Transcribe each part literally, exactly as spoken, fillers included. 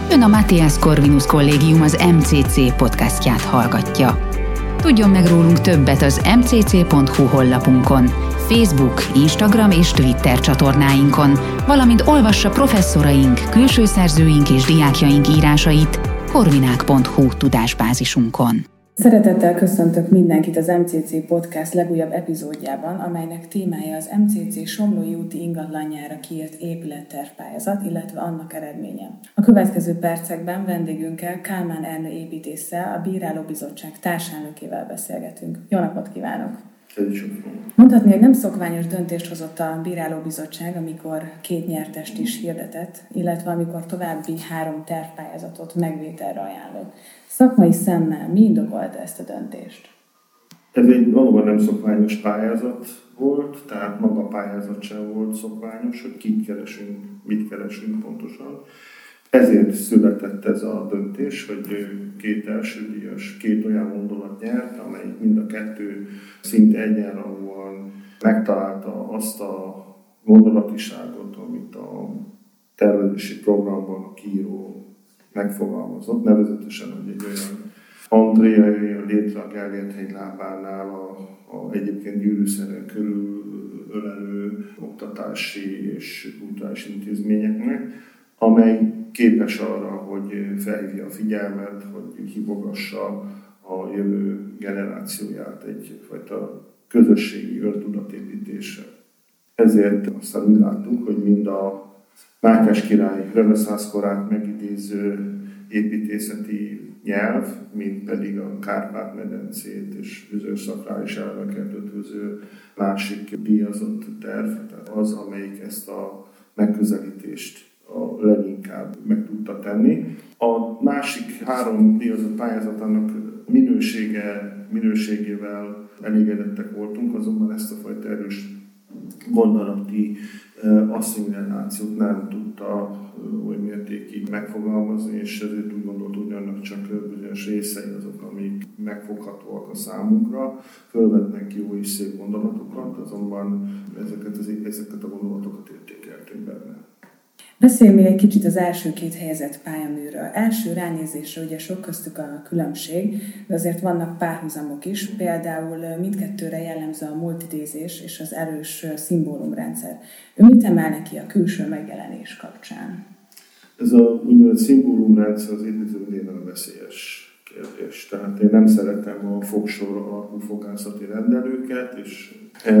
Ön a Matthias Corvinus Kollégium az em cé cé podcastját hallgatja. Tudjon meg rólunk többet az em cé cé pont hú honlapunkon, Facebook, Instagram és Twitter csatornáinkon, valamint olvassa professzoraink, külső szerzőink és diákjaink írásait corvinák pont hú tudásbázisunkon. Szeretettel köszöntök mindenkit az em cé cé Podcast legújabb epizódjában, amelynek témája az em cé cé Somlói úti ingatlanjára kiírt épülettervpályázat, illetve annak eredménye. A következő percekben vendégünkkel, Kálmán Ernő építésszel, a Bírálóbizottság társelnökével beszélgetünk. Jó napot kívánok! Mondhatni, hogy nem szokványos döntést hozott a Bírálóbizottság, amikor két nyertest is hirdetett, illetve amikor további három tervpályázatot megvételre ajánlott. Szakmai szemmel mi indokolta ezt a döntést? Ez egy valóban nem szokványos pályázat volt, tehát maga a pályázat sem volt szokványos, hogy kit keresünk, mit keresünk pontosan. Ezért született ez a döntés, hogy két elsődíjas, két olyan gondolat nyert, amelyik mind a kettő szinte egyenrangúan megtalálta azt a gondolatiságot, amit a tervezési programban a kiíró megfogalmazott, nevezetesen, hogy egy olyan Andrea jöjjön létre a Gellért-hegy lábánál a, a egyébként gyűrűszeren körül ölelő oktatási és kulturális intézményeknek, amely képes arra, hogy felhívja a figyelmet, hogy hívogassa a jövő generációját egyfajta közösségi öntudatépítésre. Ezért aztán úgy láttuk, hogy mind a Mátyás király reneszánsz korát megidéző építészeti nyelv, mint pedig a Kárpát-medencét és bizonyos szakrális elveket ötvöző másik díjazott terv, tehát az, amelyik ezt a megközelítést a leginkább meg tudta tenni. A másik három díjazott pályázatának minősége, minőségével elégedettek voltunk, azonban ezt a fajta erős gondolati asszimilációt nem tudta oly mértékig megfogalmazni, és ezért úgy gondoltuk, hogy annak csak bizonyos részei azok, amik megfoghatóak a számunkra. Fölvetnek jó és szép gondolatokat, azonban ezeket, az, ezeket a gondolatokat értékeltünk benne. Beszéljünk még egy kicsit az első két helyezett pályaműről. Első ránézésre ugye sok köztük a különbség, de azért vannak párhuzamok is. Például mindkettőre jellemző a multidézés és az erős szimbólumrendszer. Ő mit emel neki a külső megjelenés kapcsán? Ez a úgynevezett szimbólumrendszer az építőművében veszélyes kérdés. Tehát én nem szeretem a fogsor alapú fogászati rendelőket és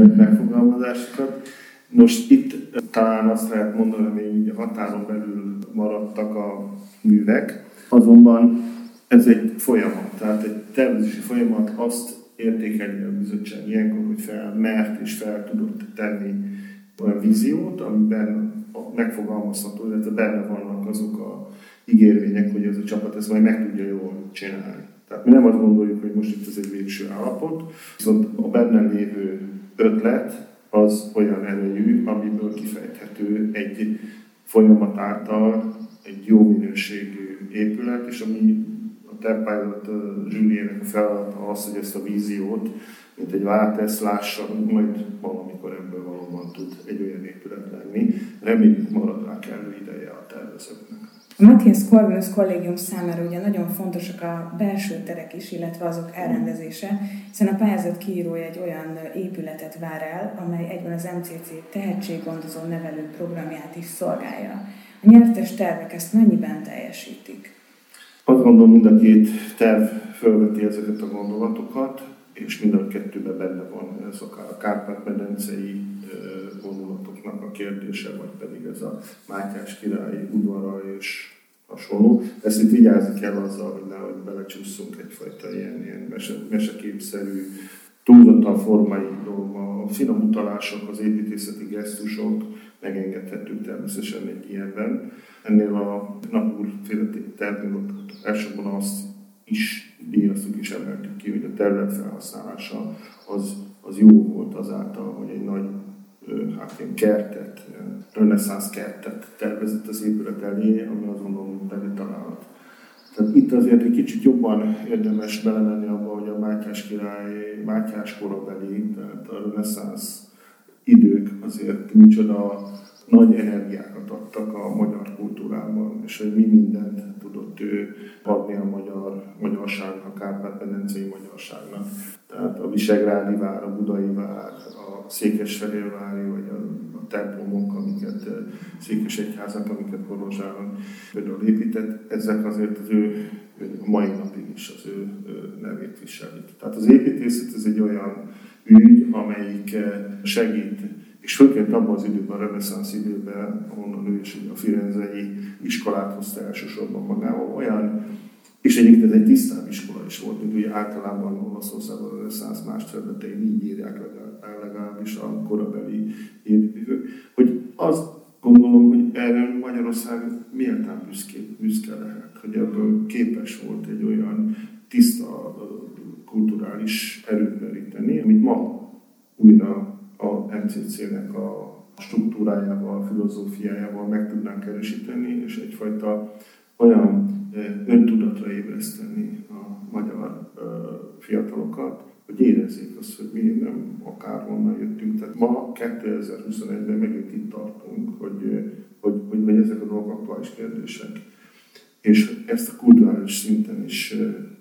megfogalmazásokat. Most itt talán azt lehet mondani, hogy még a határon belül maradtak a művek, azonban ez egy folyamat, tehát egy tervezési folyamat azt értékeli a bizottság ilyenkor, hogy fel mert és fel tudott tenni olyan víziót, amiben megfogalmazható, illetve benne vannak azok a ígérvények, hogy ez a csapat ezt majd meg tudja jól csinálni. Tehát mi nem azt gondoljuk, hogy most itt ez egy végső állapot, viszont a benne lévő ötlet az olyan erejű, amiből kifejthető egy folyamat által egy jó minőségű épület, és ami a tervpályázat zsűriének a feladata az, hogy ezt a víziót, mint egy váltesz, lássa, majd valamikor ebből valóban tud egy olyan épület lenni. Reméljük marad rá kellő ideje a tervezőknek. A Matthias Corvinus Kollégium számára ugye nagyon fontosak a belső terek is, illetve azok elrendezése, hiszen a pályázat kiírója egy olyan épületet vár el, amely egyben az em cé cé tehetséggondozó nevelő programját is szolgálja. A nyertes tervek ezt mennyiben teljesítik? Azt gondolom, mind a két terv felveti ezeket a gondolatokat, és mind a kettőben benne van ez akár a Kárpát-medencei gondolatoknak a kérdése, vagy pedig ez a Mátyás király udvara és hasonló. Ezt itt vigyázni kell azzal, hogy nehogy belecsúszunk egyfajta ilyen, ilyen mese, meseképszerű, túlzottan formai dolgokba. A finom utalások, az építészeti gesztusok megengedhetők természetesen egy ilyenben. Ennél a napúr tervnél elsősorban azt is díjaztuk és emeltük ki, hogy a terület felhasználása az, az jó volt azáltal, hogy egy nagy hát ilyen kertet, reneszánsz kertet tervezett az épület elé, ami azt gondolom, hogy benne találat. Tehát itt azért egy kicsit jobban érdemes belemenni abba, hogy a Mátyás király, Mátyás korabeli, tehát a reneszánsz idők azért micsoda nagy energiákat adtak a magyar kultúrában, és hogy mi mindent tudott ő adni a magyar, magyarságnak, a kárpát-medencei magyarságnak. Tehát a Visegrádi vár, a Budai vár, a Székesfehérvári, vagy a, a templomok, amiket székesegyházak, amiket Kolozsváron például épített, ezek azért az ő, a mai napig is az ő, ő nevét viselik. Tehát az építészet ez egy olyan ügy, amelyik segít, és főként abban az időben, a reneszánsz időben, ahonnan ő is a firenzei iskolát hozta elsősorban magával, olyan, és egyébként ez egy tisztább iskola is volt, mint ugye általában Olaszországban a reneszánsz más területein így írják legalábbis a korabeli építők, hogy azt gondolom, hogy erre Magyarország méltán büszke, büszke lehet, hogy ebből képes volt egy olyan tiszta kulturális erőt meríteni, amit ma újra a em cé cé-nek a struktúrájával, filozófiájával meg tudnánk erősíteni, és egyfajta olyan öntudatra ébreszteni a magyar fiatalokat, hogy érezzék azt, hogy mi nem akárhonnan jöttünk. Tehát ma kétezer-huszonegyben megint itt tartunk, hogy, hogy, hogy, hogy ezek a dolgok aktuális kérdések. És ezt a kulturális szinten is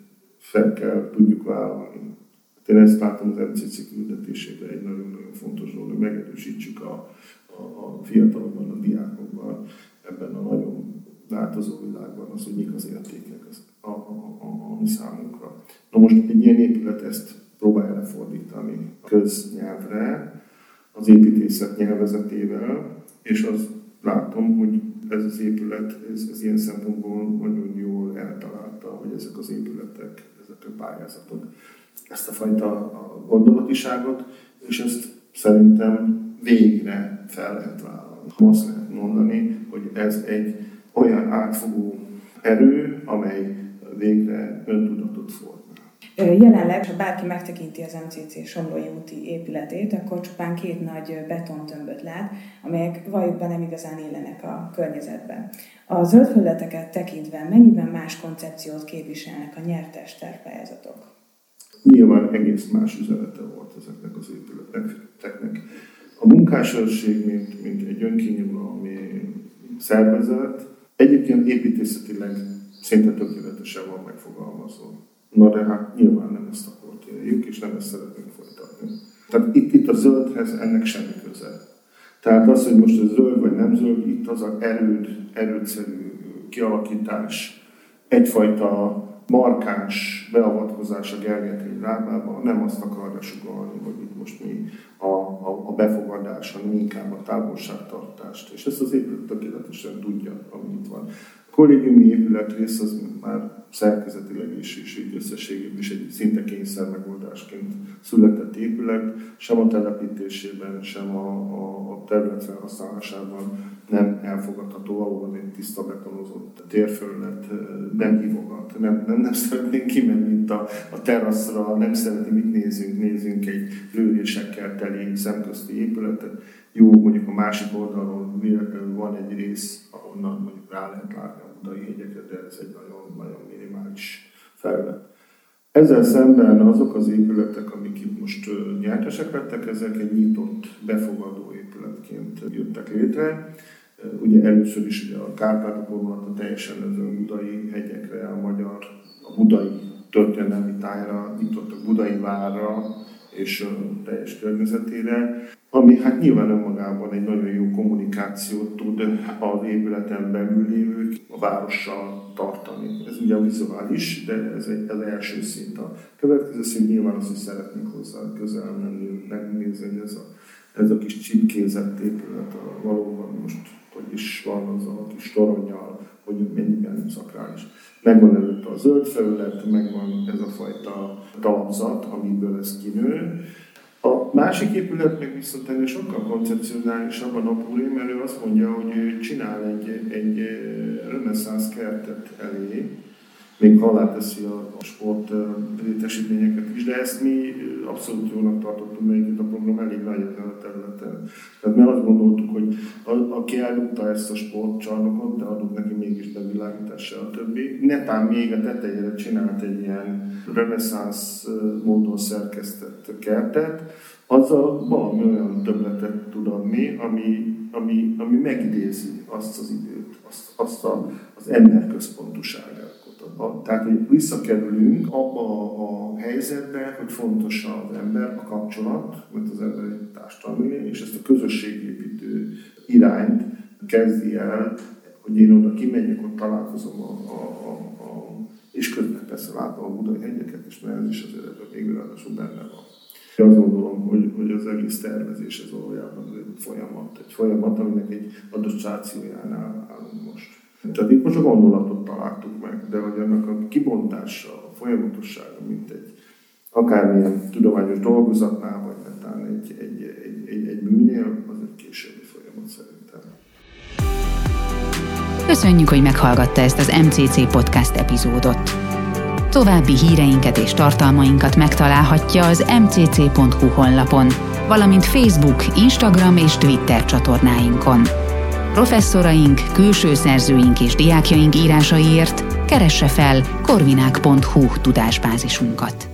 fel kell tudjuk vállalni. Én ezt látom az em cé cé küldetésében egy nagyon-nagyon fontos dolog, hogy megerősítsük a, a, a fiatalokban, a diákokban ebben a nagyon változó világban az, hogy mik az értékek az, a, a, a, a mi számunkra. Na most egy ilyen épület ezt próbálja lefordítani a köznyelvre, az építészet nyelvezetével, és azt látom, hogy ez az épület, ez, ez ilyen szempontból nagyon jól eltalálta, hogy ezek az épületek, ezek a pályázatok ezt a fajta gondolatiságot, és ezt szerintem végre fel lehet vállalni. Azt lehet mondani, hogy ez egy olyan átfogó erő, amely végre öntudatot formál. Jelenleg, ha bárki megtekinti az em cé cé Somlói úti épületét, akkor csupán két nagy betontömböt lát, amelyek valljuk nem igazán illenek a környezetben. A zöld felületeket tekintve mennyiben más koncepciót képviselnek a nyertes tervpályázatok? Nyilván egész más üzenete volt ezeknek az épületeknek. A munkásőrség, mint, mint egy önkényuralmi szervezet, egyébként építészetileg szinte tökéletesen van megfogalmazva. Na de hát nyilván nem ezt akart éljük, és nem ezt szeretnénk folytatni. Tehát itt, itt a zöldhez ennek semmi köze. Tehát az, hogy most ez zöld vagy nem zöld, itt az az erőd, erődszerű kialakítás, egyfajta markáns beavatkozás a Gergely lábába, nem azt akarja sugallni, hogy itt most mi a, a, a befogadás, hanem inkább a távolságtartást. És ezt az épület tökéletesen tudja, ami itt van. A kollégiumi épületrész az már szerkezetileg is, és így összességében is egy szinte kényszer megoldásként született épület, sem a telepítésében, sem a, a, a terület felhasználásában nem elfogadható, ahol egy tiszta betonozott térfelület nem hívogat. Nem, nem, nem szeretnénk kimenni itt a, a teraszra, nem szeretnénk, mit nézünk, nézünk egy lőrésekkel teli szemközti épületet. Jó, mondjuk a másik oldalon véletlenül van egy rész, ahonnan mondjuk rá lehet látni a budai hegyeket, de ez egy nagyon, nagyon minimális felület. Ezzel szemben azok az épületek, amik itt most nyertesek lettek, ezek egy nyitott, befogadó épületként jöttek létre. Ugye először is ugye a Kárpátok vonat a teljesen az budai hegyekre, a magyar, a budai történelmi tájra, nyitott a budai várra és a teljes környezetére, ami hát nyilván önmagában egy nagyon jó kommunikációt tud az épületen belül lévők a várossal tartani. Ez ugye vizuális, de ez egy az első szint. A következő szint nyilván az, hogy szeretnénk hozzá közel menni, megnézni, hogy ez a, ez a kis csipkézett épület a, valóban most hogy is van az a kis toronnyal, hogy mennyiben szakrális. Megvan előtte a zöld felület, megvan ez a fajta talapzat, amiből ez kinő. A másik épület meg viszont ennél sokkal koncepcionálisabb a Napóli, mert ő azt mondja, hogy ő csinál egy, egy reneszánsz kertet elé, még ha aláteszi a, a sport létesítményeket is, de ezt mi abszolút jónak tartottunk, mert itt a program elég nagy ezen a területen. Tehát mi azt gondoltuk, hogy a, aki eldugta ezt a sportcsarnokot, de adunk neki mégis bevilágítással a többi. Netán még a tetejére csinált egy ilyen reneszánsz módon szerkesztett kertet, azzal valami olyan többletet tud adni, ami ami, ami megidézi azt az időt, azt, azt a, az emberközpontúságot. Tehát, hogy visszakerülünk abba a helyzetbe, hogy fontos az ember, a kapcsolat, mert az ember egy társadalmi lény, és ezt a közösségépítő irányt kezdi el, hogy én oda kimegyek, ott találkozom, a, a, a, a, és közben persze látom a budai hegyeket, és mert ez is azért ebben még ráadásul benne van. Én azt gondolom, hogy, hogy az egész tervezés ez valójában egy folyamat, egy folyamat, aminek egy adaptációjánál állunk most. Tehát itt most a gondolatot találtuk meg, de hogy annak a kibontása, a folyamatossága, mint egy akármilyen tudományos dolgozatnál, vagy talán egy, egy, egy, egy, egy műnél, az egy későbbi folyamat szerintem. Köszönjük, hogy meghallgatta ezt az em cé cé Podcast epizódot. További híreinket és tartalmainkat megtalálhatja az em cé cé pont hu honlapon, valamint Facebook, Instagram és Twitter csatornáinkon. Professzoraink, külső szerzőink és diákjaink írásaiért keresse fel korvinák pont hu tudásbázisunkat.